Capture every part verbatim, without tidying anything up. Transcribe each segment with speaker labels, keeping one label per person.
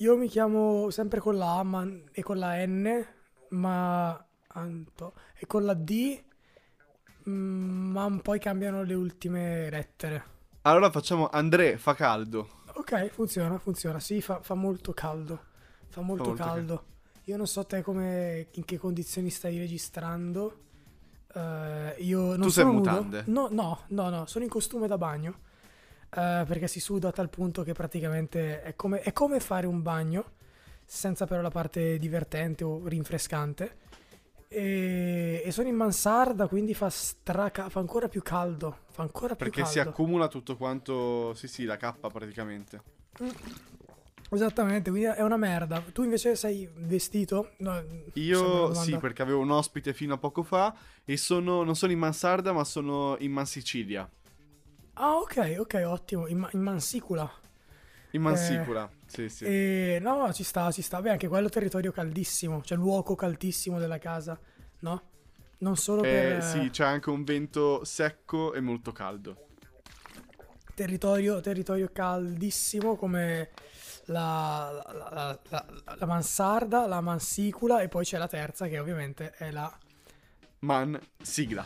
Speaker 1: Io mi chiamo sempre con la A ma- e con la N, ma Anto, e con la D, mm, ma poi cambiano le ultime lettere.
Speaker 2: Allora facciamo André, fa caldo.
Speaker 1: Ok, funziona, funziona. Sì, fa, fa molto caldo. Fa
Speaker 2: Fa
Speaker 1: molto
Speaker 2: molto caldo.
Speaker 1: caldo. Io non so te come, in che condizioni stai registrando. Eh, io non
Speaker 2: Tu sei in
Speaker 1: sono nudo.
Speaker 2: mutande.
Speaker 1: No, no, no, no, sono in costume da bagno. Eh, perché si suda a tal punto che praticamente è come, è come fare un bagno, senza però la parte divertente o rinfrescante. E, e sono in mansarda, quindi fa, straca- fa ancora più caldo. Fa ancora più
Speaker 2: Perché si
Speaker 1: caldo.
Speaker 2: accumula tutto quanto. Sì, sì, la cappa praticamente.
Speaker 1: Mm, Esattamente, quindi è una merda. Tu invece sei vestito? No, sembra una
Speaker 2: Io sì,
Speaker 1: domanda.
Speaker 2: perché avevo un ospite fino a poco fa. E sono. Non sono in mansarda, ma sono in Mansicilia.
Speaker 1: Ah, ok, ok, ottimo. In, ma- in mansicula.
Speaker 2: In
Speaker 1: Eh,
Speaker 2: Mansicula. Sì, sì.
Speaker 1: e no, ci sta, ci sta. Beh, anche quello è territorio caldissimo, cioè luogo caldissimo della casa, no? Non solo per
Speaker 2: Eh,
Speaker 1: eh,
Speaker 2: sì, c'è anche un vento secco e molto caldo.
Speaker 1: territorio, territorio caldissimo come la, la, la- la- la mansarda, la mansicula e poi c'è la terza che ovviamente è la...
Speaker 2: Man, sigla.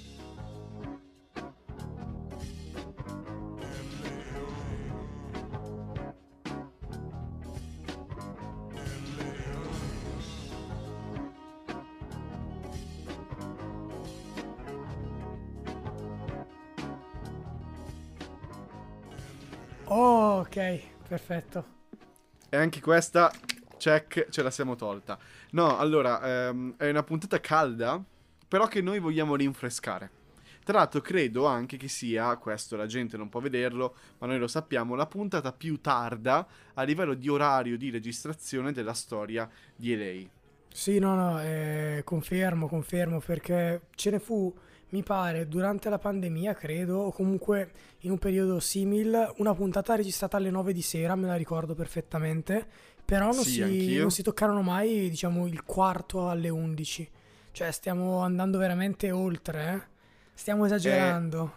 Speaker 1: Oh, ok, perfetto.
Speaker 2: E anche questa, check, ce la siamo tolta. No, allora, ehm, è una puntata calda, però che noi vogliamo rinfrescare. Tra l'altro credo anche che sia, questo la gente non può vederlo, ma noi lo sappiamo, la puntata più tarda a livello di orario di registrazione della storia di E L A.
Speaker 1: Sì, no, no, eh, confermo, confermo, perché ce ne fu, mi pare, durante la pandemia, credo, o comunque in un periodo simile, una puntata registrata alle nove di sera, me la ricordo perfettamente, però non
Speaker 2: Sì,
Speaker 1: si, non
Speaker 2: anch'io.
Speaker 1: si toccarono mai, diciamo, il quarto alle undici. Cioè, stiamo andando veramente oltre, eh? Stiamo
Speaker 2: È
Speaker 1: esagerando.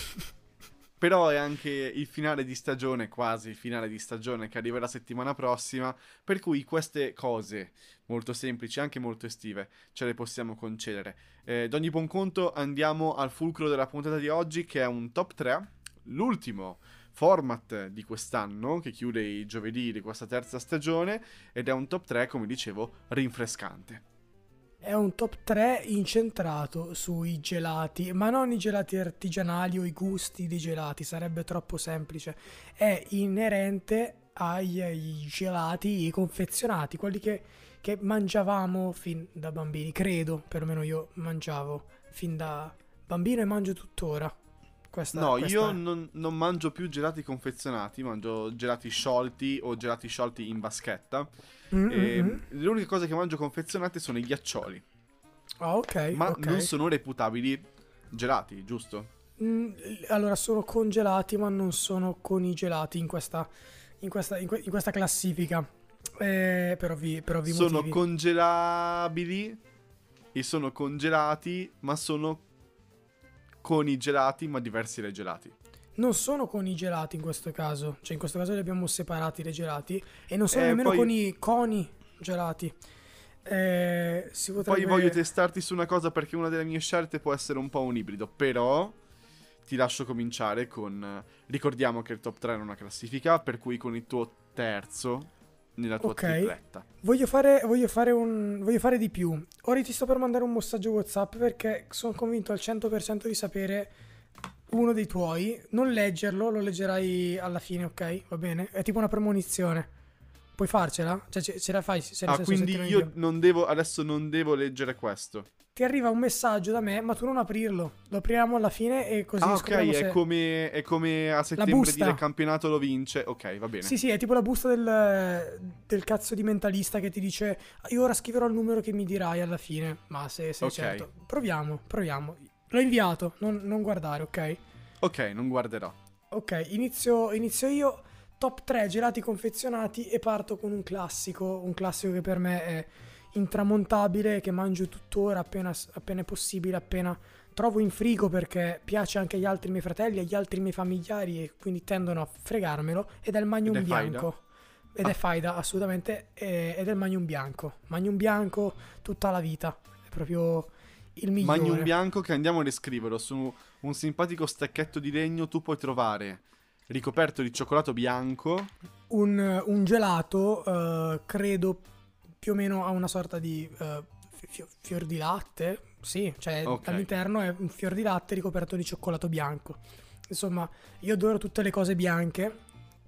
Speaker 2: Però è anche il finale di stagione, quasi il finale di stagione che arriva la settimana prossima, per cui queste cose molto semplici, anche molto estive, ce le possiamo concedere. Eh, ad ogni buon conto andiamo al fulcro della puntata di oggi, che è un top tre, l'ultimo format di quest'anno, che chiude i giovedì di questa terza stagione, ed è un top tre, come dicevo, rinfrescante.
Speaker 1: È un top tre incentrato sui gelati, ma non i gelati artigianali o i gusti dei gelati, sarebbe troppo semplice. È inerente ai, ai gelati confezionati, quelli che, che mangiavamo fin da bambini, credo, perlomeno io mangiavo fin da bambino e mangio tuttora. Questa,
Speaker 2: No, io
Speaker 1: questa...
Speaker 2: non, non mangio più gelati confezionati, mangio gelati sciolti o gelati sciolti in vaschetta.
Speaker 1: Mm, mm,
Speaker 2: E
Speaker 1: mm.
Speaker 2: le uniche cose che mangio confezionate sono i ghiaccioli,
Speaker 1: Ah, ok,
Speaker 2: ma
Speaker 1: ok.
Speaker 2: non sono reputabili gelati, giusto?
Speaker 1: Mm, allora, sono congelati, ma non sono con i gelati in questa, in questa, in que- in questa classifica. Eh, per ovvi, per ovvi
Speaker 2: Sono
Speaker 1: motivi.
Speaker 2: congelabili e sono congelati, ma sono con i gelati, ma diversi dai gelati.
Speaker 1: Non sono con i gelati in questo caso. Cioè, in questo caso li abbiamo separati dai gelati. E non sono
Speaker 2: E
Speaker 1: nemmeno con
Speaker 2: poi,
Speaker 1: i coni gelati. Eh, si
Speaker 2: poi voglio
Speaker 1: potrebbe.
Speaker 2: testarti su una cosa perché una delle mie scelte può essere un po' un ibrido, però ti lascio cominciare con... Ricordiamo che il top tre è una classifica, per cui con il tuo terzo nella tua
Speaker 1: Ok.
Speaker 2: tripletta.
Speaker 1: Voglio fare, voglio fare un. Voglio fare di più. Ora ti sto per mandare un messaggio WhatsApp perché sono convinto al cento per cento di sapere uno dei tuoi. Non leggerlo, lo leggerai alla fine, ok? Va bene? È tipo una premonizione. Puoi farcela? Cioè, ce, ce la fai? Se nel
Speaker 2: Ah,
Speaker 1: senso, se te
Speaker 2: quindi
Speaker 1: lo
Speaker 2: io
Speaker 1: invio.
Speaker 2: non devo, adesso non devo leggere questo.
Speaker 1: Ti arriva un messaggio da me, ma tu non aprirlo. Lo apriamo alla fine e così
Speaker 2: Ah, ok,
Speaker 1: scopriamo
Speaker 2: è
Speaker 1: se.
Speaker 2: come, è come a
Speaker 1: La
Speaker 2: settembre dire il
Speaker 1: busta.
Speaker 2: campionato lo vince. Ok, va bene.
Speaker 1: Sì, sì, è tipo la busta del, del cazzo di mentalista che ti dice "Ah, io ora scriverò il numero che mi dirai alla fine. Ma se sei
Speaker 2: Ok,
Speaker 1: certo. Proviamo, proviamo. L'ho inviato, non, non guardare, ok?
Speaker 2: ok, non guarderò.
Speaker 1: Ok, inizio, inizio io. Top tre gelati confezionati e parto con un classico, un classico che per me è intramontabile, che mangio tuttora appena, appena è possibile, appena trovo in frigo perché piace anche agli altri miei fratelli, agli altri miei familiari e quindi tendono a fregarmelo, ed è il
Speaker 2: Ed è
Speaker 1: Magnum
Speaker 2: faida?
Speaker 1: bianco. ed è
Speaker 2: Ah,
Speaker 1: faida assolutamente, e- ed è il Magnum bianco. Magnum bianco tutta la vita, è proprio il
Speaker 2: Magnum
Speaker 1: migliore.
Speaker 2: bianco che andiamo a descriverlo su un simpatico stecchetto di legno. Tu puoi trovare ricoperto di cioccolato bianco.
Speaker 1: Un, un gelato, eh, credo più o meno a una sorta di eh, fi- fior di latte. Sì, cioè
Speaker 2: Ok,
Speaker 1: all'interno è un fior di latte ricoperto di cioccolato bianco. Insomma, io adoro tutte le cose bianche.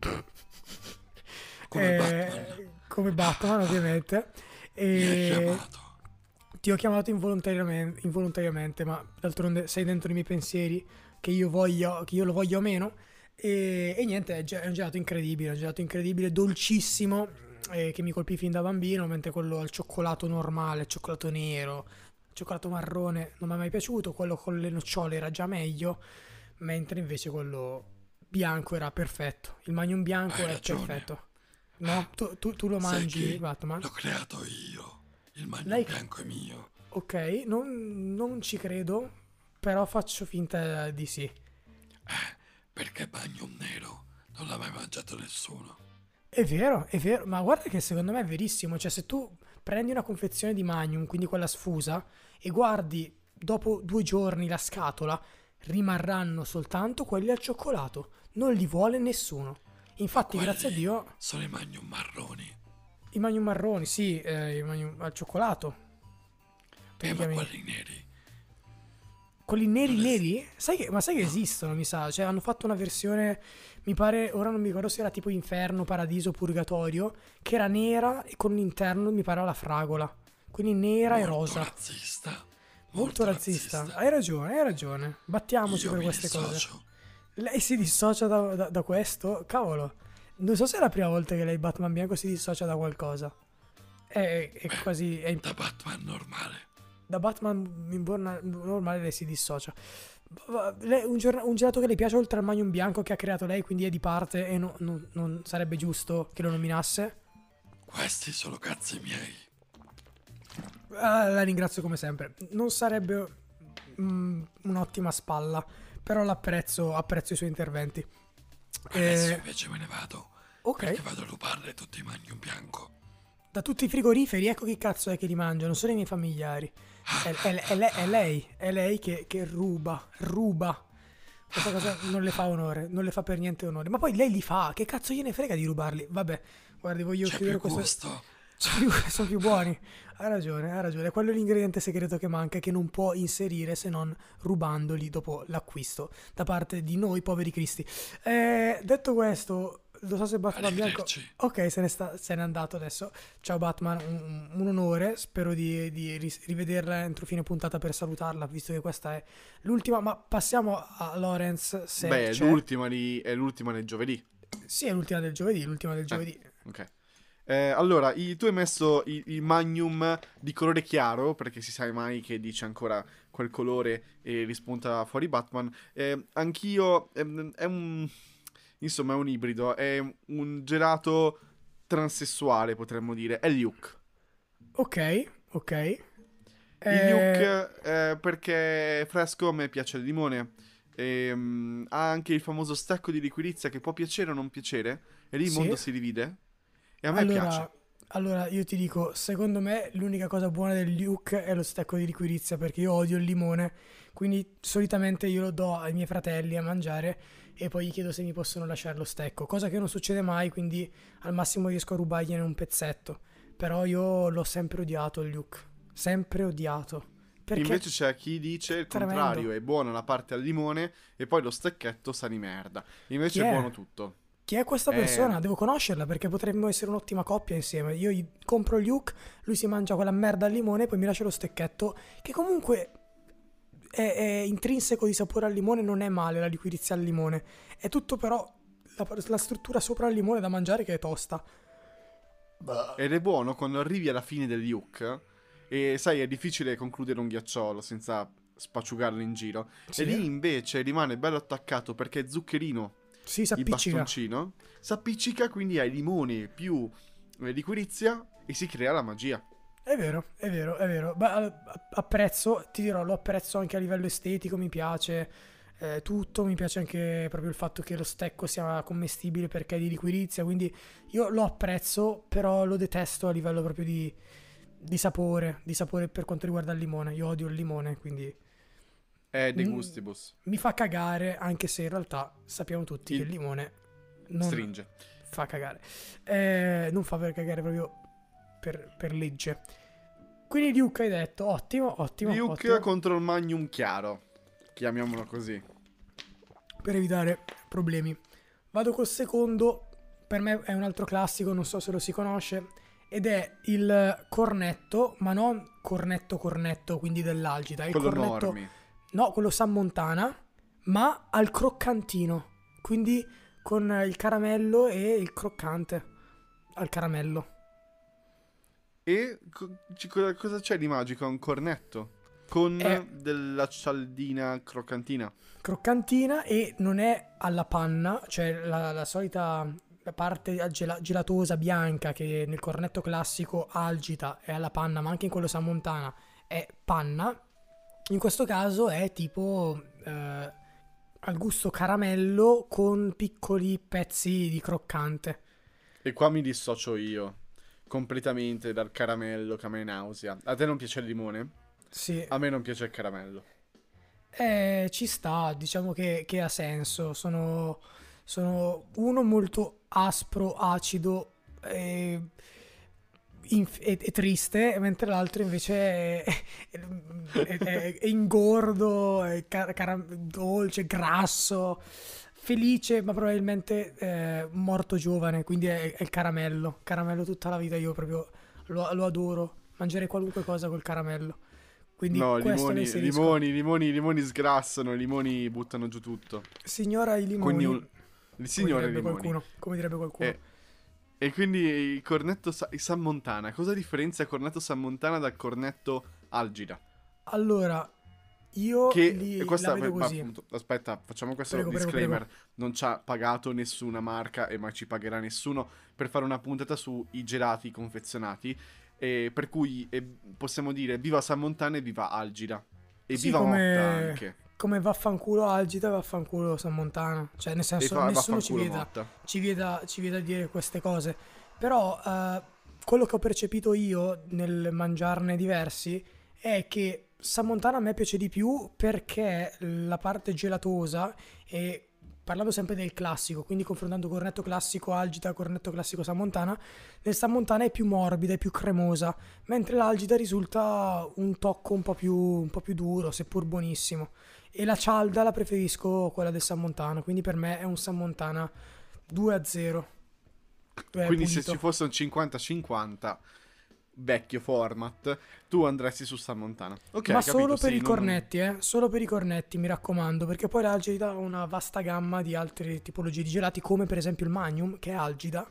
Speaker 3: Come Batman.
Speaker 1: Eh, come Batman, ovviamente.
Speaker 3: Mi hai
Speaker 1: E
Speaker 3: chiamato.
Speaker 1: ti ho chiamato involontariamente, involontariamente, ma d'altronde sei dentro i miei pensieri, che io, voglio, che io lo voglio o meno. E, e niente, è, ge- è un gelato incredibile, è un gelato incredibile, dolcissimo, eh, che mi colpì fin da bambino, mentre quello al cioccolato normale, cioccolato nero, cioccolato marrone non mi è mai piaciuto, quello con le nocciole era già meglio, mentre invece quello bianco era perfetto. Il Magnum bianco
Speaker 3: Hai
Speaker 1: è
Speaker 3: ragione.
Speaker 1: perfetto. No? Tu, tu- tu lo
Speaker 3: Sai
Speaker 1: mangi,
Speaker 3: che
Speaker 1: Batman?
Speaker 3: l'ho creato io. Il Magnum
Speaker 1: Lei...
Speaker 3: bianco è mio.
Speaker 1: Ok, non, non ci credo, però faccio finta di sì.
Speaker 3: Perché Magnum nero non l'ha mai mangiato nessuno.
Speaker 1: È vero, è vero, ma guarda che secondo me è verissimo. Cioè, se tu prendi una confezione di Magnum, quindi quella sfusa, e guardi dopo due giorni la scatola, rimarranno soltanto quelli al cioccolato. Non li vuole nessuno.
Speaker 3: Ma
Speaker 1: Infatti,
Speaker 3: quelli
Speaker 1: grazie a Dio,
Speaker 3: sono i Magnum marroni.
Speaker 1: i Magnum marroni, sì, eh, i Magnum al cioccolato. Tu
Speaker 3: Eh,
Speaker 1: li
Speaker 3: ma
Speaker 1: chiami...
Speaker 3: quelli neri.
Speaker 1: Quelli neri
Speaker 3: Non è...
Speaker 1: neri? Sai che, ma sai che
Speaker 3: No,
Speaker 1: esistono, mi sa? Cioè, hanno fatto una versione, mi pare, ora non mi ricordo se era tipo Inferno, Paradiso, Purgatorio, che era nera e con l'interno mi pare la fragola. Quindi nera e
Speaker 3: molto
Speaker 1: rosa.
Speaker 3: razzista.
Speaker 1: Molto
Speaker 3: Molto
Speaker 1: razzista.
Speaker 3: razzista.
Speaker 1: Hai ragione, hai ragione. Battiamoci
Speaker 3: Io
Speaker 1: per
Speaker 3: mi
Speaker 1: queste cose.
Speaker 3: dissocio.
Speaker 1: Lei si dissocia da, da- da questo? Cavolo. Non so se è la prima volta che lei Batman bianco si dissocia da qualcosa. È, è
Speaker 3: Beh,
Speaker 1: quasi... È imp-
Speaker 3: da Batman normale.
Speaker 1: da Batman in buona- normale lei si dissocia. Va- lei- un, giorno- un gelato che le piace oltre al Magnum bianco che ha creato lei, quindi è di parte e no- non non sarebbe giusto che lo nominasse.
Speaker 3: Questi sono cazzi miei.
Speaker 1: Ah, la ringrazio come sempre. Non sarebbe mm, un'ottima spalla, però l'apprezzo, apprezzo i suoi interventi.
Speaker 3: Adesso
Speaker 1: Eh,
Speaker 3: invece me ne vado.
Speaker 1: ok,
Speaker 3: Perché vado a rubarle tutti i Magnum bianco.
Speaker 1: da tutti i frigoriferi, ecco chi cazzo è che li mangia, non sono i miei familiari. È, è- è le- è lei, è lei che, che ruba, ruba. Questa cosa non le fa onore, non le fa per niente onore. Ma poi lei li fa, che cazzo gliene frega di rubarli? Vabbè, guardi, voglio
Speaker 3: C'è
Speaker 1: chiudere
Speaker 3: più
Speaker 1: questo...
Speaker 3: gusto.
Speaker 1: Sono più, sono più buoni. Ha ragione, ha ragione. Quello è l'ingrediente segreto che manca e che non può inserire se non rubandoli dopo l'acquisto da parte di noi poveri cristi. Eh, detto questo, lo so se Batman Bianco...
Speaker 3: Arrivederci.
Speaker 1: Ok, se ne, sta, se n'è andato adesso. Ciao Batman, un, un onore. Spero di, di ris- rivederla entro fine puntata per salutarla, visto che questa è l'ultima. Ma passiamo a Lorenz, se
Speaker 2: beh, è
Speaker 1: c'è.
Speaker 2: l'ultima, di, è l'ultima del giovedì.
Speaker 1: Sì, è l'ultima del giovedì, l'ultima del giovedì.
Speaker 2: Ok. Eh, allora, i- tu hai messo il, il Magnum di colore chiaro, perché si sa mai che dice ancora quel colore e rispunta fuori Batman. Eh, anch'io, ehm, è un... insomma, è un ibrido, è un gelato transessuale, potremmo dire. È Luke.
Speaker 1: Ok, ok.
Speaker 2: Il
Speaker 1: Eh,
Speaker 2: Luke, eh, perché è fresco, a me piace il limone. Ehm, ha anche il famoso stecco di liquirizia che può piacere o non piacere, e lì il
Speaker 1: sì.
Speaker 2: mondo si divide. E a me piace.
Speaker 1: Allora, allora, io ti dico, secondo me l'unica cosa buona del Luke è lo stecco di liquirizia perché io odio il limone, quindi solitamente io lo do ai miei fratelli a mangiare e poi gli chiedo se mi possono lasciare lo stecco, cosa che non succede mai, quindi al massimo riesco a rubargliene un pezzetto. Però io l'ho sempre odiato il Luke, sempre odiato, perché
Speaker 2: Invece c'è chi dice il
Speaker 1: tremendo.
Speaker 2: contrario, è buona la parte al limone e poi lo stecchetto sa di merda. Invece
Speaker 1: Chi
Speaker 2: è
Speaker 1: è?
Speaker 2: buono tutto.
Speaker 1: Chi è questa
Speaker 2: Eh,
Speaker 1: persona? Devo conoscerla perché potremmo essere un'ottima coppia insieme. Io gli compro il Luke, lui si mangia quella merda al limone e poi mi lascia lo stecchetto, che comunque è, è intrinseco di sapore al limone, non è male la liquirizia al limone. È tutto però la, la struttura sopra il limone da mangiare che è tosta.
Speaker 2: ed è buono quando arrivi alla fine del Luke e sai, è difficile concludere un ghiacciolo senza spacciugarlo in giro.
Speaker 1: Sì,
Speaker 2: E lì invece rimane bello attaccato perché è zuccherino.
Speaker 1: sì, si
Speaker 2: Il
Speaker 1: appiccica.
Speaker 2: bastoncino s'appiccica, quindi hai limone più eh, liquirizia e si crea la magia.
Speaker 1: È vero, è vero, è vero. Beh, a- apprezzo, ti dirò, lo apprezzo anche a livello estetico, mi piace. eh, tutto, mi piace anche proprio il fatto che lo stecco sia commestibile perché è di liquirizia, quindi io lo apprezzo, però lo detesto a livello proprio di, di sapore, di sapore per quanto riguarda il limone. Io odio il limone, quindi
Speaker 2: È de
Speaker 1: mm,
Speaker 2: gustibus.
Speaker 1: mi fa cagare, anche se in realtà sappiamo tutti che il
Speaker 2: Il
Speaker 1: limone non
Speaker 2: stringe.
Speaker 1: fa cagare. Eh, non fa per cagare proprio per, per legge. Quindi Duke hai detto, ottimo, ottimo,
Speaker 2: Duke
Speaker 1: ottimo,
Speaker 2: contro il Magnum chiaro. Chiamiamolo così.
Speaker 1: per evitare problemi. Vado col secondo, per me è un altro classico, non so se lo si conosce, ed è il cornetto, ma non cornetto cornetto, quindi dell'Algida, il
Speaker 2: Quello
Speaker 1: cornetto,
Speaker 2: normi.
Speaker 1: no, quello San Montana, ma al croccantino, quindi con il caramello e il croccante al caramello.
Speaker 2: E co- ci- cosa cosa c'è di magico? Un cornetto con
Speaker 1: È
Speaker 2: della cialdina croccantina.
Speaker 1: croccantina e non è alla panna, cioè la, la solita parte gela- gelatosa bianca che nel cornetto classico algita è alla panna, ma anche in quello San Montana è panna. In questo caso è tipo eh, al gusto caramello con piccoli pezzi di croccante.
Speaker 2: E qua mi dissocio io completamente dal caramello che a me nausea. A te non piace il limone?
Speaker 1: Sì,
Speaker 2: A me non piace il caramello.
Speaker 1: eh, ci sta, diciamo che, che ha senso. Sono, sono uno molto aspro, acido e, inf- e- e triste, mentre l'altro invece è, è- è- è ingordo, è car- cara- dolce, grasso, felice, ma probabilmente eh, morto giovane. Quindi è, è il caramello. Caramello tutta la vita, io proprio lo, lo adoro. Mangerei qualunque cosa col caramello. Quindi
Speaker 2: No,
Speaker 1: questo lo
Speaker 2: limoni,
Speaker 1: inserisco.
Speaker 2: limoni, limoni, limoni sgrassano, i limoni buttano giù tutto.
Speaker 1: Signora i
Speaker 2: Quindi
Speaker 1: limoni,
Speaker 2: un- il
Speaker 1: come
Speaker 2: signore
Speaker 1: direbbe
Speaker 2: limoni.
Speaker 1: qualcuno. Come direbbe qualcuno.
Speaker 2: E, e quindi il cornetto sa- il San Montana. Cosa differenzia il cornetto San Montana dal cornetto Algida?
Speaker 1: Allora, io
Speaker 2: Che
Speaker 1: li,
Speaker 2: e
Speaker 1: la
Speaker 2: questa,
Speaker 1: vedo
Speaker 2: ma
Speaker 1: così.
Speaker 2: appunto, aspetta, facciamo questo
Speaker 1: Prego, prego,
Speaker 2: disclaimer.
Speaker 1: prego.
Speaker 2: Non ci ha pagato nessuna marca e mai ci pagherà nessuno per fare una puntata sui gelati confezionati. E per cui e possiamo dire viva San Montana e viva Algida. E
Speaker 1: Sì,
Speaker 2: viva Motta
Speaker 1: come,
Speaker 2: anche.
Speaker 1: come vaffanculo Algida, vaffanculo San Montana. Cioè, nel
Speaker 2: E
Speaker 1: senso,
Speaker 2: fa,
Speaker 1: nessuno ci
Speaker 2: vaffanculo
Speaker 1: vieta,
Speaker 2: Motta.
Speaker 1: ci vieta, ci vieta a dire queste cose. Però, eh, quello che ho percepito io nel mangiarne diversi è che San Montana a me piace di più perché la parte gelatosa, e parlando sempre del classico, quindi confrontando cornetto classico Algida, cornetto classico San Montana, nel San Montana è più morbida, è più cremosa, mentre l'Algida risulta un tocco un po' più, un po' più duro, seppur buonissimo. E la cialda la preferisco quella del San Montana, quindi per me è un San Montana due a zero. Eh,
Speaker 2: Quindi se
Speaker 1: pulito.
Speaker 2: ci fosse un cinquanta cinquanta vecchio format, tu andresti su San Montana. Ok,
Speaker 1: Ma
Speaker 2: capito,
Speaker 1: solo per
Speaker 2: sì,
Speaker 1: i
Speaker 2: non-
Speaker 1: cornetti, eh? Solo per i cornetti, mi raccomando, perché poi l'Algida ha una vasta gamma di altre tipologie di gelati, come per esempio il Magnum, che è Algida,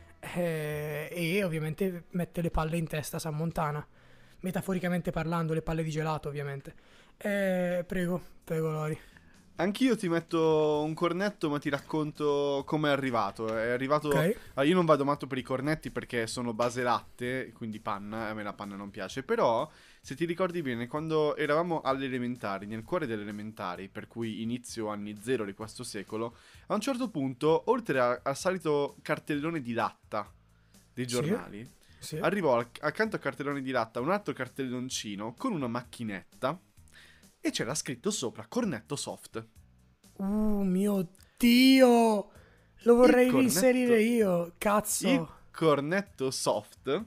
Speaker 1: eh, e ovviamente mette le palle in testa a San Montana, metaforicamente parlando, le palle di gelato, ovviamente. Eh, prego, prego Lori.
Speaker 2: Anch'io ti metto un cornetto, ma ti racconto come è arrivato. È arrivato.
Speaker 1: Ok?
Speaker 2: Ah, io non vado matto per i cornetti perché sono base latte, quindi panna. A me la panna non piace. Però, se ti ricordi bene, quando eravamo alle elementari, nel cuore delle elementari, per cui inizio anni zero di questo secolo, a un certo punto, oltre a- al solito cartellone di latta dei
Speaker 1: Sì,
Speaker 2: giornali,
Speaker 1: sì.
Speaker 2: arrivò al- accanto al cartellone di latta un altro cartelloncino con una macchinetta. E c'era scritto sopra cornetto soft.
Speaker 1: Uh, mio Dio! Lo vorrei
Speaker 2: cornetto-
Speaker 1: inserire io, cazzo.
Speaker 2: Il cornetto soft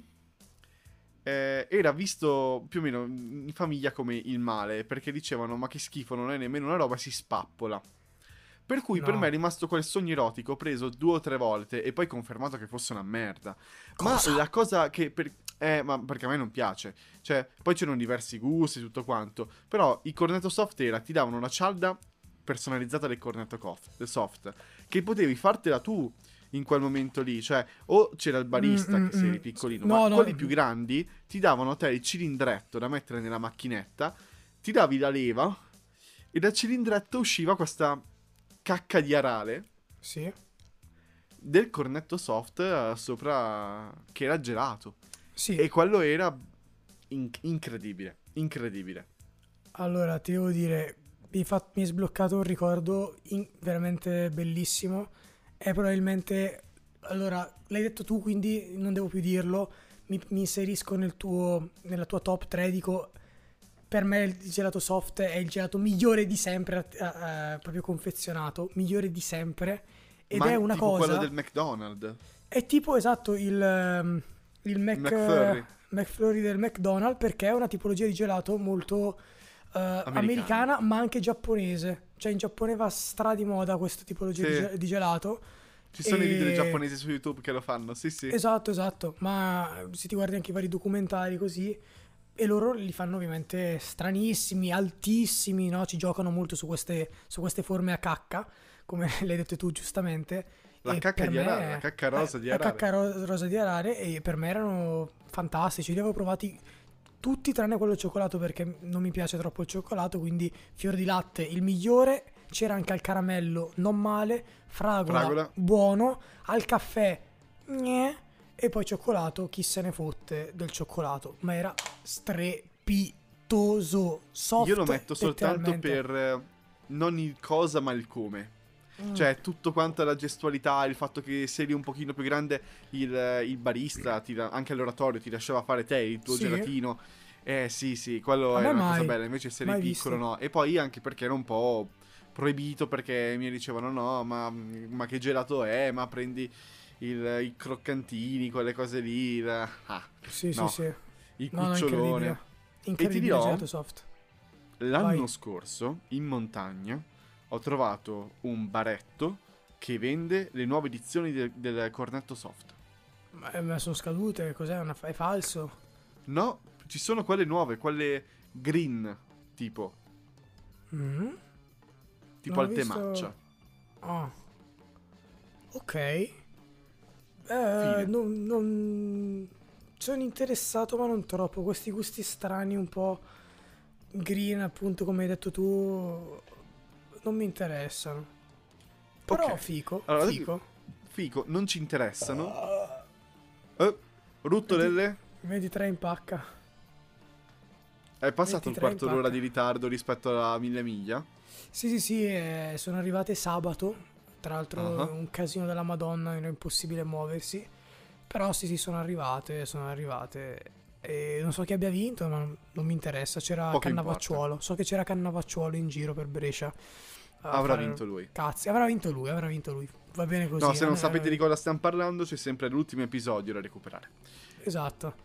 Speaker 2: eh, era visto più o meno in famiglia come il male, perché dicevano ma che schifo, non è nemmeno una roba, si spappola. Per cui per
Speaker 1: No.
Speaker 2: me è rimasto quel sogno erotico preso due o tre volte e poi confermato che fosse una merda.
Speaker 1: Cosa?
Speaker 2: Ma la cosa che per... Eh, ma perché a me non piace. Cioè, poi c'erano diversi gusti e tutto quanto. Però il cornetto soft era, ti davano una cialda personalizzata del cornetto cof- soft, che potevi fartela tu in quel momento lì. Cioè, o c'era il barista
Speaker 1: Mm, mm,
Speaker 2: che se eri
Speaker 1: mm.
Speaker 2: piccolino,
Speaker 1: No,
Speaker 2: ma
Speaker 1: no.
Speaker 2: quelli più grandi ti davano a te il cilindretto da mettere nella macchinetta, ti davi la leva e dal cilindretto usciva questa cacca di arale
Speaker 1: Sì.
Speaker 2: del cornetto soft eh, sopra, che era gelato.
Speaker 1: Sì.
Speaker 2: E quello era in- incredibile, incredibile.
Speaker 1: Allora, ti devo dire, mi, fa- mi è sbloccato un ricordo in- veramente bellissimo. È probabilmente... Allora, l'hai detto tu, quindi non devo più dirlo. Mi, mi inserisco nel tuo, nella tua top tre, dico... Per me il gelato soft è il gelato migliore di sempre, eh, eh, proprio confezionato, migliore di sempre. Ed
Speaker 2: Ma
Speaker 1: è una
Speaker 2: tipo
Speaker 1: cosa...
Speaker 2: quello del McDonald's.
Speaker 1: È tipo, esatto, il, ehm, il Mac,
Speaker 2: Il McFlurry.
Speaker 1: McFlurry del McDonald's, perché è una tipologia di gelato molto eh, americana, ma anche giapponese. Cioè in Giappone va stra di moda questa tipologia
Speaker 2: Sì.
Speaker 1: di, ge- di gelato.
Speaker 2: Ci sono
Speaker 1: E-
Speaker 2: i video giapponesi su YouTube che lo fanno, sì sì.
Speaker 1: Esatto, esatto, ma se ti guardi anche i vari documentari così, e loro li fanno ovviamente stranissimi, altissimi, no? Ci giocano molto su queste, su queste forme a cacca, come l'hai detto tu giustamente.
Speaker 2: La
Speaker 1: E
Speaker 2: cacca
Speaker 1: per
Speaker 2: di
Speaker 1: me-
Speaker 2: Arare, la cacca rosa
Speaker 1: eh,
Speaker 2: di
Speaker 1: la
Speaker 2: Arare.
Speaker 1: cacca ro- rosa di Arare, e per me erano fantastici. Li avevo provati tutti tranne quello al cioccolato, perché non mi piace troppo il cioccolato, quindi fior di latte il migliore. C'era anche al caramello, non male. Fragola,
Speaker 2: Fragola.
Speaker 1: buono. Al caffè, gnè. E poi cioccolato, chi se ne fotte del cioccolato, ma era strepitoso, soft.
Speaker 2: Io lo metto soltanto
Speaker 1: letteralmente.
Speaker 2: per eh, non il cosa ma il come.
Speaker 1: Mm.
Speaker 2: Cioè tutto quanto la gestualità, il fatto che se eri un pochino più grande il, il barista, ti la- anche all'oratorio ti lasciava fare te il tuo
Speaker 1: Sì.
Speaker 2: gelatino. Eh sì sì, quello
Speaker 1: A
Speaker 2: era
Speaker 1: me
Speaker 2: una cosa
Speaker 1: mai,
Speaker 2: bella, invece se eri
Speaker 1: mai
Speaker 2: piccolo
Speaker 1: visto.
Speaker 2: no. E poi anche perché era un po' proibito, perché mi dicevano no, ma, ma che gelato è, ma prendi il- i croccantini, quelle cose lì, la- ah,
Speaker 1: Sì,
Speaker 2: no,
Speaker 1: sì, sì.
Speaker 2: il
Speaker 1: No, no,
Speaker 2: cucciolone.
Speaker 1: incredibile. Incredibile
Speaker 2: dirò-
Speaker 1: gelato soft.
Speaker 2: L'anno
Speaker 1: Vai.
Speaker 2: scorso, in montagna, ho trovato un baretto che vende le nuove edizioni del, del cornetto soft.
Speaker 1: Ma, eh, ma sono scadute, cos'è? Una fa- è falso?
Speaker 2: No, ci sono quelle nuove, quelle green, tipo,
Speaker 1: Mm?
Speaker 2: tipo
Speaker 1: Non
Speaker 2: al
Speaker 1: ho visto-
Speaker 2: temaccia.
Speaker 1: Ah. Ok. Eh,
Speaker 2: Fine.
Speaker 1: non, non... Sono interessato, ma non troppo. Questi gusti strani, un po' green, appunto, come hai detto tu, non mi interessano. Però
Speaker 2: Ok.
Speaker 1: fico,
Speaker 2: Allora,
Speaker 1: fico.
Speaker 2: Fico, non ci interessano.
Speaker 1: Ah,
Speaker 2: Eh, Ruttolelle?
Speaker 1: ventitré in pacca.
Speaker 2: È passato un
Speaker 1: ventitré in
Speaker 2: quarto d'ora
Speaker 1: pacca.
Speaker 2: di ritardo rispetto alla mille miglia?
Speaker 1: Sì, sì, sì, eh, sono arrivate sabato. Tra l'altro
Speaker 2: Ah.
Speaker 1: un casino della Madonna, era impossibile muoversi. Però sì, sì, sono arrivate, sono arrivate. E non so chi abbia vinto, ma non, non mi interessa. C'era
Speaker 2: Poco
Speaker 1: Cannavacciuolo. So che c'era Cannavacciuolo in giro per Brescia. a
Speaker 2: Avrà
Speaker 1: fare-
Speaker 2: vinto lui.
Speaker 1: Cazzi, avrà vinto lui, avrà vinto lui. Va bene così.
Speaker 2: No, se non
Speaker 1: eh,
Speaker 2: sapete di
Speaker 1: eh,
Speaker 2: cosa stiamo parlando, c'è sempre l'ultimo episodio da recuperare.
Speaker 1: Esatto.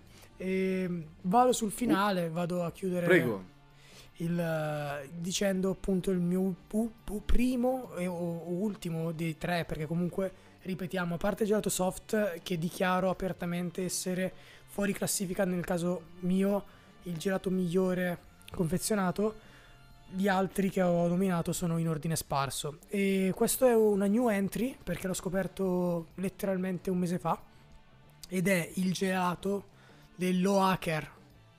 Speaker 1: E vado sul finale, vado a chiudere.
Speaker 2: Prego.
Speaker 1: Il, eh, dicendo appunto il mio pu- pu- primo e, o, o ultimo dei tre, perché comunque ripetiamo, a parte il gelato soft, che dichiaro apertamente essere fuori classifica nel caso mio, il gelato migliore confezionato, gli altri che ho nominato sono in ordine sparso. E questo è una new entry, perché l'ho scoperto letteralmente un mese fa, ed è il gelato dell'Oaker.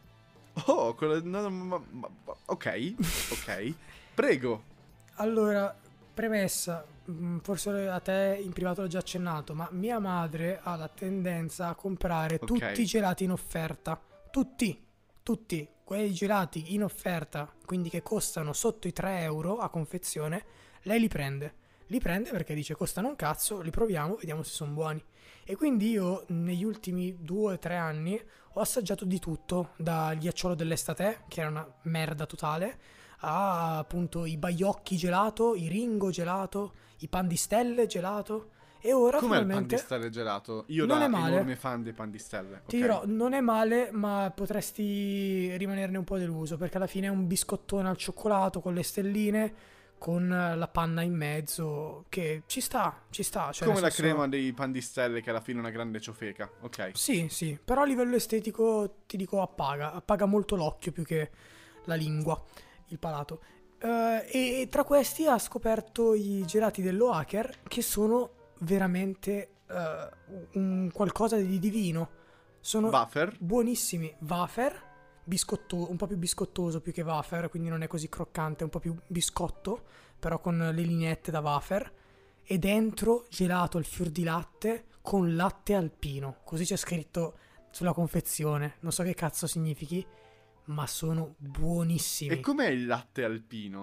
Speaker 2: Oh, quello... no, no, ma- ma- ok, ok. Prego.
Speaker 1: Allora, premessa, mh, forse a te in privato l'ho già accennato, ma mia madre ha la tendenza a comprare
Speaker 2: Ok.
Speaker 1: tutti i gelati in offerta. Tutti, tutti. Quei gelati in offerta, quindi che costano sotto i tre euro a confezione, lei li prende. Li prende perché dice costano un cazzo, li proviamo, vediamo se sono buoni. E quindi io negli ultimi due o tre anni ho assaggiato di tutto, dal ghiacciolo dell'estate, che era una merda totale, a appunto i baiocchi gelato, i Ringo gelato, i pan di stelle gelato. E ora
Speaker 2: Com'è il
Speaker 1: finalmente...
Speaker 2: pan di stelle gelato? Io
Speaker 1: Non
Speaker 2: da
Speaker 1: è male.
Speaker 2: enorme fan dei pan di stelle.
Speaker 1: Ti
Speaker 2: ok?
Speaker 1: dirò, non è male, ma potresti rimanerne un po' deluso, perché alla fine è un biscottone al cioccolato con le stelline, con la panna in mezzo, che ci sta, ci sta. Cioè,
Speaker 2: Come
Speaker 1: nel
Speaker 2: la
Speaker 1: senso-
Speaker 2: crema dei pan di stelle, che alla fine è una grande ciofeca. Ok.
Speaker 1: Sì, sì, però a livello estetico ti dico appaga, appaga molto l'occhio più che la lingua, il palato. Eh, e, e tra questi ha scoperto i gelati dell'Oaker, che sono veramente eh, un qualcosa di divino. Sono
Speaker 2: Buffer.
Speaker 1: buonissimi. Wafer, biscotto, un po' più biscottoso più che wafer, quindi non è così croccante, è un po' più biscotto, però con le lineette da wafer. E dentro gelato al fior di latte con latte alpino. Così c'è scritto sulla confezione. Non so che cazzo significhi, ma sono buonissimi.
Speaker 2: E com'è il latte alpino?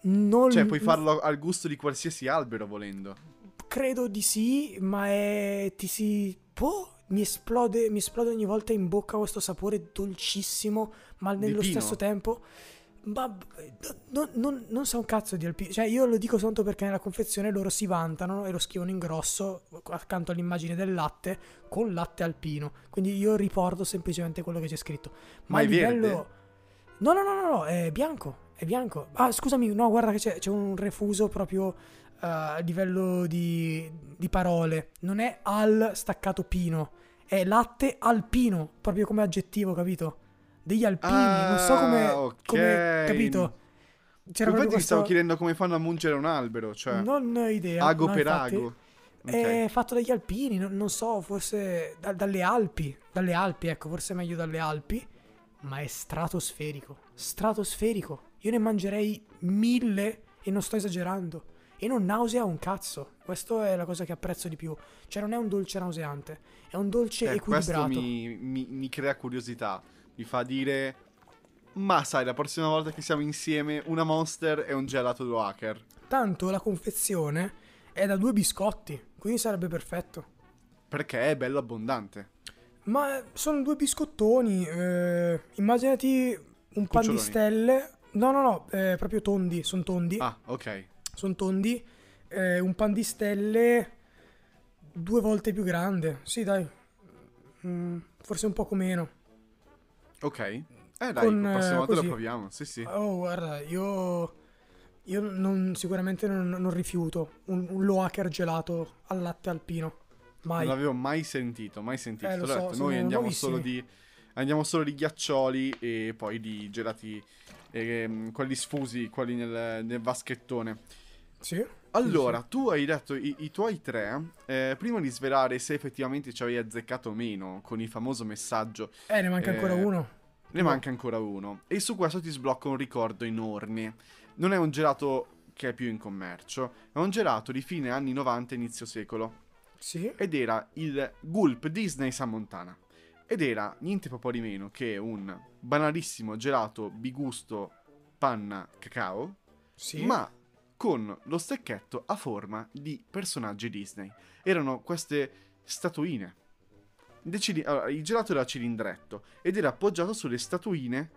Speaker 1: Non,
Speaker 2: Cioè, puoi farlo al gusto di qualsiasi albero volendo.
Speaker 1: credo di sì, ma è... ti si... Boh, mi esplode, mi esplode ogni volta in bocca questo sapore dolcissimo, ma nello
Speaker 2: pino?
Speaker 1: stesso tempo... Ma non, non, non sa un cazzo di alpino. Cioè, io lo dico soltanto perché nella confezione loro si vantano e lo scrivono in grosso accanto all'immagine del latte con latte alpino. Quindi io riporto semplicemente quello che c'è scritto. Ma,
Speaker 2: Ma
Speaker 1: a
Speaker 2: è
Speaker 1: livello...
Speaker 2: verde?
Speaker 1: No, no, no, no, no, è bianco. È bianco. Ah, scusami, no, guarda che c'è, c'è un refuso proprio eh, a livello di, di parole. Non è al staccato pino, è latte alpino, proprio come aggettivo, capito? Degli alpini, non so come,
Speaker 2: Ah, ok.
Speaker 1: come capito? C'era proprio
Speaker 2: Infatti mi stavo
Speaker 1: questo...
Speaker 2: chiedendo come fanno a mungere un albero, cioè
Speaker 1: Non ho idea,
Speaker 2: ago
Speaker 1: no,
Speaker 2: per
Speaker 1: infatti.
Speaker 2: ago. Ok.
Speaker 1: È fatto dagli alpini, non, non so, forse da- dalle Alpi. Dalle Alpi, ecco, forse è meglio dalle Alpi. Ma è stratosferico. Stratosferico. Io ne mangerei mille e non sto esagerando. E non nausea un cazzo. Questa è la cosa che apprezzo di più. Cioè non è un dolce nauseante, è un dolce
Speaker 2: Eh, questo
Speaker 1: equilibrato.
Speaker 2: mi, mi- mi crea curiosità. Mi fa dire... Ma sai, la prossima volta che siamo insieme, una Monster e un gelato do hacker.
Speaker 1: Tanto la confezione è da due biscotti, quindi sarebbe perfetto.
Speaker 2: Perché è bello abbondante.
Speaker 1: Ma sono due biscottoni, eh, immaginati un pan di
Speaker 2: Cuccioloni.
Speaker 1: stelle. No, no, no, eh, proprio tondi, sono tondi.
Speaker 2: Ah, ok.
Speaker 1: Sono tondi, eh, un pan di stelle due volte più grande. Sì, dai, Mm, forse un poco meno.
Speaker 2: Ok. Eh dai,
Speaker 1: Con,
Speaker 2: la prossima
Speaker 1: eh,
Speaker 2: volta lo
Speaker 1: così.
Speaker 2: proviamo. Sì, sì.
Speaker 1: Oh, guarda, io, io non, sicuramente non, non rifiuto un, un low hacker gelato al latte alpino. Mai.
Speaker 2: Non l'avevo mai sentito, mai sentito.
Speaker 1: Eh, lo
Speaker 2: Te l'ho
Speaker 1: so,
Speaker 2: detto,
Speaker 1: sono
Speaker 2: noi andiamo
Speaker 1: nuovissimi.
Speaker 2: solo di andiamo solo di ghiaccioli e poi di gelati ehm, quelli sfusi, quelli nel, nel vaschettone.
Speaker 1: Sì.
Speaker 2: Allora, tu hai detto i, i tuoi tre, eh, prima di svelare se effettivamente ci avevi azzeccato o meno con il famoso messaggio,
Speaker 1: Eh, ne manca
Speaker 2: eh,
Speaker 1: ancora uno.
Speaker 2: ne manca ancora uno. E su questo ti sblocca un ricordo enorme. Non è un gelato che è più in commercio, è un gelato di fine anni novanta, inizio secolo.
Speaker 1: Sì.
Speaker 2: Ed era il Gulp Disney San Montana. Ed era niente po' di meno che un banalissimo gelato bigusto panna cacao,
Speaker 1: Sì.
Speaker 2: ma con lo stecchetto a forma di personaggi Disney. Erano queste statuine. De cili- allora, il gelato era cilindretto ed era appoggiato sulle statuine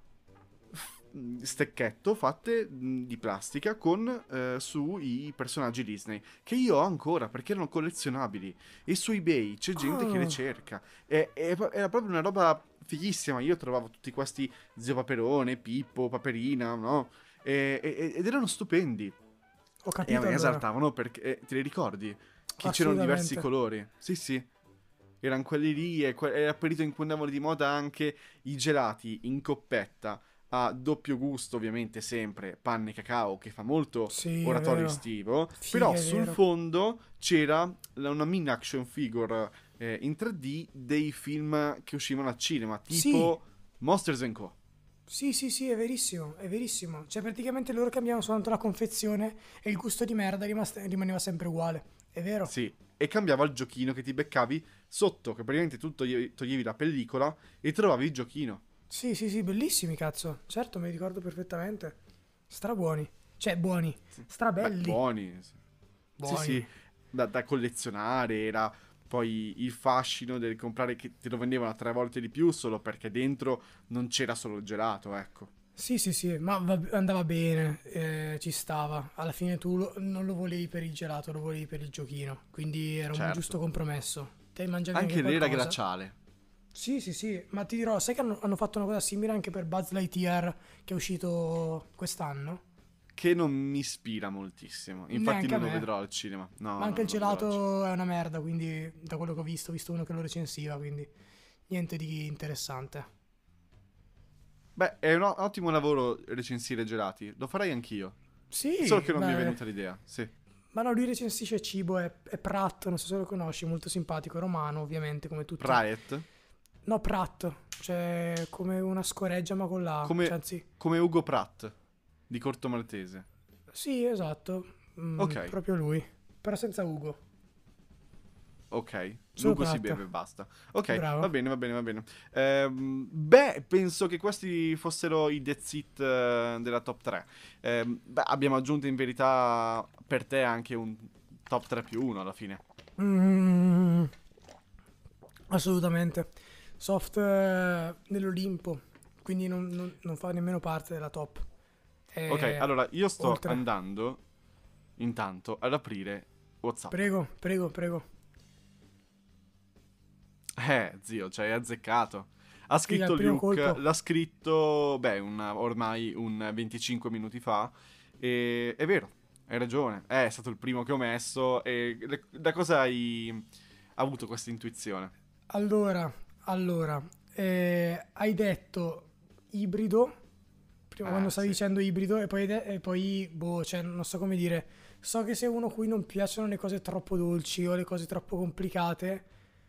Speaker 2: f- stecchetto fatte mh, di plastica con eh, sui personaggi Disney, che io ho ancora perché erano collezionabili e su eBay c'è gente che le
Speaker 1: Ah.
Speaker 2: cerca. E- e- era proprio una roba fighissima. Io trovavo tutti questi Zio Paperone, Pippo, Paperina, no? E- e- ed erano stupendi.
Speaker 1: Ho
Speaker 2: E
Speaker 1: capito
Speaker 2: a me
Speaker 1: allora.
Speaker 2: esaltavano perché eh, te li ricordi? Che c'erano diversi
Speaker 1: Assolutamente.
Speaker 2: colori. Sì, sì. Erano quelli lì e que- era il periodo in cui andavano di moda anche i gelati in coppetta a doppio gusto, ovviamente sempre panne e cacao, che fa molto
Speaker 1: Sì, è
Speaker 2: oratorio
Speaker 1: vero.
Speaker 2: estivo.
Speaker 1: Figa,
Speaker 2: Però
Speaker 1: è
Speaker 2: sul
Speaker 1: vero.
Speaker 2: fondo c'era la- una mini action figure eh, in tre D dei film che uscivano al cinema, tipo Monsters and Co.
Speaker 1: Sì, sì, sì, è verissimo, è verissimo. Cioè, praticamente loro cambiavano soltanto la confezione e il gusto di merda rimas- rimaneva sempre uguale. È vero?
Speaker 2: Sì, e cambiava il giochino che ti beccavi sotto, che praticamente tu toglievi, toglievi la pellicola e trovavi il giochino.
Speaker 1: Sì, sì, sì, bellissimi, cazzo. Certo, mi ricordo perfettamente. Strabuoni. Cioè, buoni.
Speaker 2: Beh,
Speaker 1: Strabelli.
Speaker 2: buoni.
Speaker 1: Buoni.
Speaker 2: Sì, sì, da, da collezionare, era poi il fascino del comprare che te lo vendevano tre volte di più solo perché dentro non c'era solo il gelato, ecco.
Speaker 1: Sì, sì, sì, ma va- andava bene, eh, ci stava. Alla fine tu lo- non lo volevi per il gelato, lo volevi per il giochino. Quindi era un
Speaker 2: Certo.
Speaker 1: giusto compromesso. Te mangiavi anche,
Speaker 2: Anche l'era
Speaker 1: qualcosa.
Speaker 2: glaciale.
Speaker 1: Sì, sì, sì, ma ti dirò, sai che hanno, hanno fatto una cosa simile anche per Buzz Lightyear che è uscito quest'anno?
Speaker 2: Che non mi ispira moltissimo. Infatti
Speaker 1: Neanche a
Speaker 2: non lo
Speaker 1: me.
Speaker 2: vedrò al cinema. No,
Speaker 1: Ma anche
Speaker 2: no,
Speaker 1: il
Speaker 2: non lo vedrò al cinema.
Speaker 1: gelato è una merda, quindi da quello che ho visto, ho visto uno che lo recensiva, quindi niente di interessante.
Speaker 2: Beh, è un o- ottimo lavoro recensire gelati. Lo farei anch'io.
Speaker 1: Sì,
Speaker 2: Solo che non mi è
Speaker 1: beh,
Speaker 2: venuta l'idea. Sì.
Speaker 1: ma no, lui recensisce cibo, è, è Pratt, non so se lo conosci, molto simpatico, è romano ovviamente, come tutti.
Speaker 2: Riot.
Speaker 1: No, Pratt, cioè come una scoreggia ma con la...
Speaker 2: Come-
Speaker 1: cioè, anzi,
Speaker 2: Come Ugo Pratt di Corto Maltese.
Speaker 1: sì, esatto, mm,
Speaker 2: Ok.
Speaker 1: proprio lui, però senza Ugo.
Speaker 2: Ok,
Speaker 1: Solo
Speaker 2: Lugo si
Speaker 1: Pratta.
Speaker 2: beve e basta. Ok,
Speaker 1: Bravo.
Speaker 2: va bene, va bene, va bene. Ehm, beh, penso che questi fossero i That's It eh, della top tre. Ehm, beh, abbiamo aggiunto in verità per te anche un top tre più uno alla fine.
Speaker 1: Mm, assolutamente. Soft eh, nell'Olimpo, quindi non, non- non fa nemmeno parte della top.
Speaker 2: Ok,
Speaker 1: Eh,
Speaker 2: allora io sto
Speaker 1: oltre.
Speaker 2: andando intanto ad aprire WhatsApp.
Speaker 1: Prego, prego, prego.
Speaker 2: Eh, zio, ci hai azzeccato. Ha
Speaker 1: Sì, al
Speaker 2: scritto
Speaker 1: primo
Speaker 2: Luke,
Speaker 1: colpo.
Speaker 2: l'ha scritto, beh, una- ormai un venticinque minuti fa. E è vero, hai ragione. Eh, È stato il primo che ho messo. E le- da cosa hai avuto questa intuizione?
Speaker 1: Allora, allora, eh, hai detto ibrido, prima quando
Speaker 2: Ah,
Speaker 1: stavi
Speaker 2: sì.
Speaker 1: dicendo ibrido e poi, de- e poi, boh, cioè, non so come dire. So che sei uno a cui non piacciono le cose troppo dolci o le cose troppo complicate.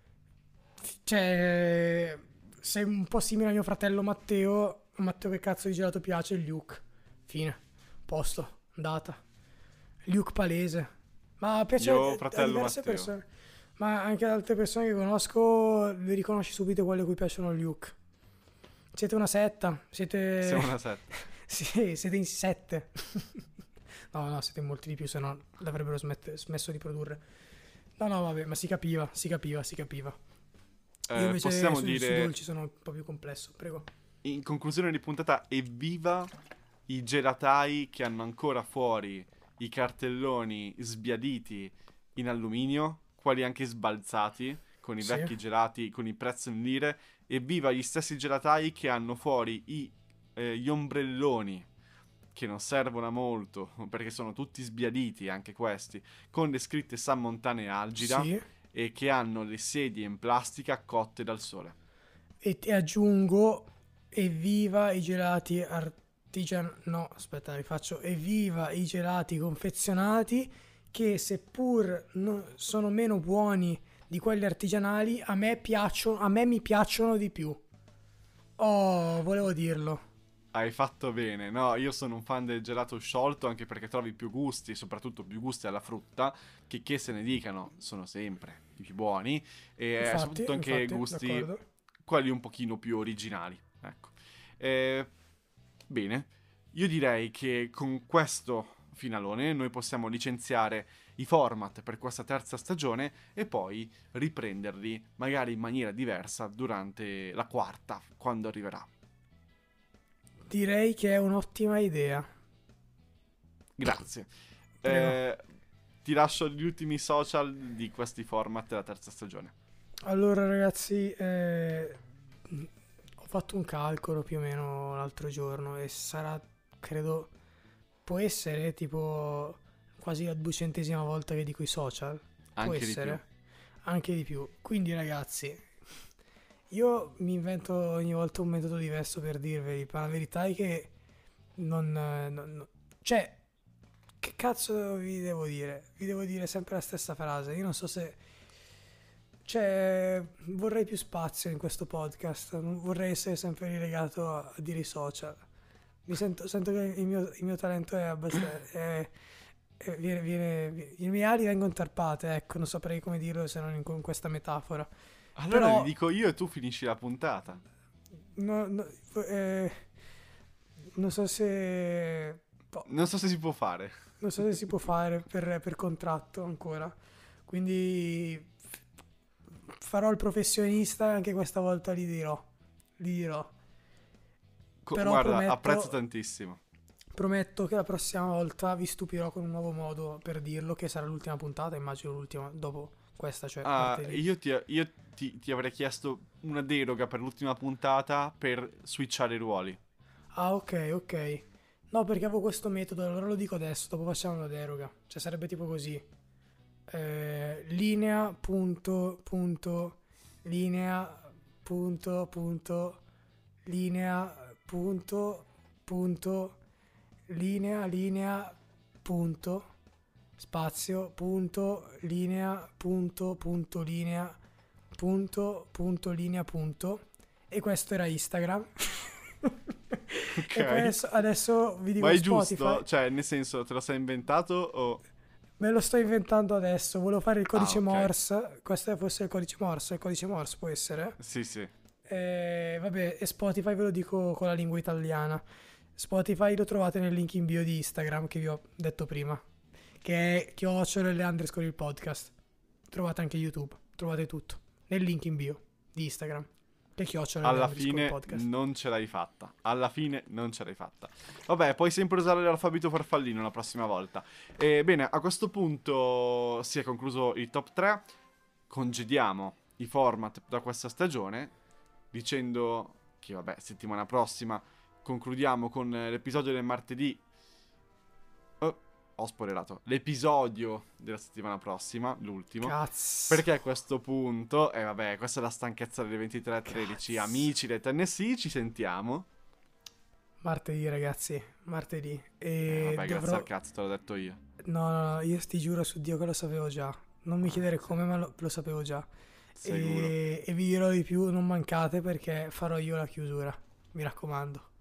Speaker 1: Cioè, sei un po' simile a mio fratello Matteo. Matteo che cazzo di gelato piace? Il Luke. Fine. Posto. Andata. Luke palese. Ma piace
Speaker 2: Io,
Speaker 1: a, a
Speaker 2: fratello
Speaker 1: diverse
Speaker 2: Matteo.
Speaker 1: persone. Ma anche ad altre persone che conosco le riconosci subito quelle a cui piacciono il Luke. Siete una setta.
Speaker 2: Siamo
Speaker 1: Siete...
Speaker 2: una setta.
Speaker 1: sì, siete in sette. no, no, siete molti di più, se no l'avrebbero smette- smesso di produrre. No, no, vabbè, ma si capiva, si capiva, si capiva. Io
Speaker 2: Eh,
Speaker 1: invece
Speaker 2: possiamo
Speaker 1: su- sui
Speaker 2: dire,
Speaker 1: dolci sono un po' più complesso, prego.
Speaker 2: in conclusione di puntata, evviva i gelatai che hanno ancora fuori i cartelloni sbiaditi in alluminio, quelli anche sbalzati, con i
Speaker 1: Sì.
Speaker 2: vecchi gelati, con i prezzi in lire. Evviva gli stessi gelatai che hanno fuori i, eh, gli ombrelloni, che non servono a molto, perché sono tutti sbiaditi anche questi, con le scritte San Montana e Algida,
Speaker 1: Sì.
Speaker 2: e che hanno le sedie in plastica cotte dal sole.
Speaker 1: E ti aggiungo, evviva i gelati artigiani... No, aspetta, rifaccio. Evviva i gelati confezionati che seppur no- sono meno buoni di quelli artigianali, a me piacciono, a me mi piacciono di più. Oh, volevo dirlo.
Speaker 2: Hai fatto bene, no? Io sono un fan del gelato sciolto anche perché trovi più gusti, soprattutto più gusti alla frutta, che che se ne dicano, sono sempre i più buoni e eh,
Speaker 1: Infatti,
Speaker 2: soprattutto anche
Speaker 1: infatti,
Speaker 2: gusti,
Speaker 1: d'accordo.
Speaker 2: quelli un pochino più originali, ecco. Eh, bene, io direi che con questo finalone noi possiamo licenziare i format per questa terza stagione e poi riprenderli magari in maniera diversa durante la quarta, quando arriverà.
Speaker 1: Direi che è un'ottima idea.
Speaker 2: Grazie.
Speaker 1: Prego.
Speaker 2: Eh, ti lascio gli ultimi social di questi format della terza stagione.
Speaker 1: Allora ragazzi, eh, ho fatto un calcolo più o meno l'altro giorno e sarà, credo, può essere tipo quasi la duecentesima volta che dico i social. Può
Speaker 2: Anche di più.
Speaker 1: essere, anche di più. Quindi ragazzi, io mi invento ogni volta un metodo diverso per dirveli, ma la verità è che non... eh, non- non- cioè, che cazzo vi devo dire? Vi devo dire sempre la stessa frase. Io non so se... Cioè, vorrei più spazio in questo podcast, non vorrei essere sempre rilegato a, a dire i social. Mi sento, sento che il mio, il mio talento è abbastanza... è- è- viene, viene- vi- le mie ali vengono tarpate, ecco, non saprei come dirlo se non in, con questa metafora.
Speaker 2: Allora li
Speaker 1: Però,
Speaker 2: dico io e tu finisci la puntata.
Speaker 1: no- no- eh, non so se... boh,
Speaker 2: Non so se si può fare.
Speaker 1: non so se si può fare per, per contratto ancora. Quindi farò il professionista e anche questa volta li dirò. Li dirò.
Speaker 2: Co-
Speaker 1: Però
Speaker 2: guarda,
Speaker 1: prometto,
Speaker 2: apprezzo tantissimo.
Speaker 1: prometto che la prossima volta vi stupirò con un nuovo modo per dirlo, che sarà l'ultima puntata, immagino l'ultima dopo questa, cioè
Speaker 2: Ah,
Speaker 1: martedì.
Speaker 2: io ti, io ti- ti avrei chiesto una deroga per l'ultima puntata per switchare i ruoli.
Speaker 1: Ah, ok, ok. No, perché avevo questo metodo, allora lo dico adesso, dopo facciamo la deroga. Cioè sarebbe tipo così. Eh, linea, punto, punto, linea, punto, punto, linea, punto, punto, linea, linea, punto, spazio, punto, linea, punto, punto, linea, punto, punto, linea, punto. E questo era Instagram.
Speaker 2: Ok.
Speaker 1: E poi adesso, adesso vi dico
Speaker 2: Ma è
Speaker 1: Spotify.
Speaker 2: giusto? Cioè, nel senso, te lo sei inventato o...
Speaker 1: Me lo sto inventando adesso. Volevo fare il codice
Speaker 2: Ah, ok.
Speaker 1: Morse. Questo fosse il codice Morse. Il codice Morse può essere.
Speaker 2: Sì, sì.
Speaker 1: E, vabbè, e Spotify ve lo dico con la lingua italiana. Spotify lo trovate nel link in bio di Instagram che vi ho detto prima, che è chiocciole le underscore il podcast. Trovate anche YouTube, trovate tutto nel link in bio di Instagram, che è chiocciole le
Speaker 2: Alla
Speaker 1: underscore
Speaker 2: fine
Speaker 1: podcast.
Speaker 2: non ce l'hai fatta. Alla fine non ce l'hai fatta. Vabbè, puoi sempre usare l'alfabeto farfallino la prossima volta. E bene, a questo punto si è concluso il top tre. Congediamo i format da questa stagione, dicendo che, vabbè, settimana prossima concludiamo con l'episodio del martedì. Oh, ho spoilerato. L'episodio della settimana prossima, l'ultimo.
Speaker 1: Cazzo.
Speaker 2: Perché a questo punto, e eh vabbè, questa è la stanchezza delle ventitré e tredici.
Speaker 1: Cazzo.
Speaker 2: Amici del Tennessee, ci sentiamo.
Speaker 1: Martedì, ragazzi, martedì.
Speaker 2: Eh,
Speaker 1: E
Speaker 2: vabbè, grazie
Speaker 1: dovrò...
Speaker 2: al cazzo, te l'ho detto io.
Speaker 1: No, no, no, io ti giuro su Dio che lo sapevo già. Non mi chiedere come, ma lo, lo sapevo già.
Speaker 2: Sicuro.
Speaker 1: E, e vi dirò di più, non mancate perché farò io la chiusura. Mi raccomando.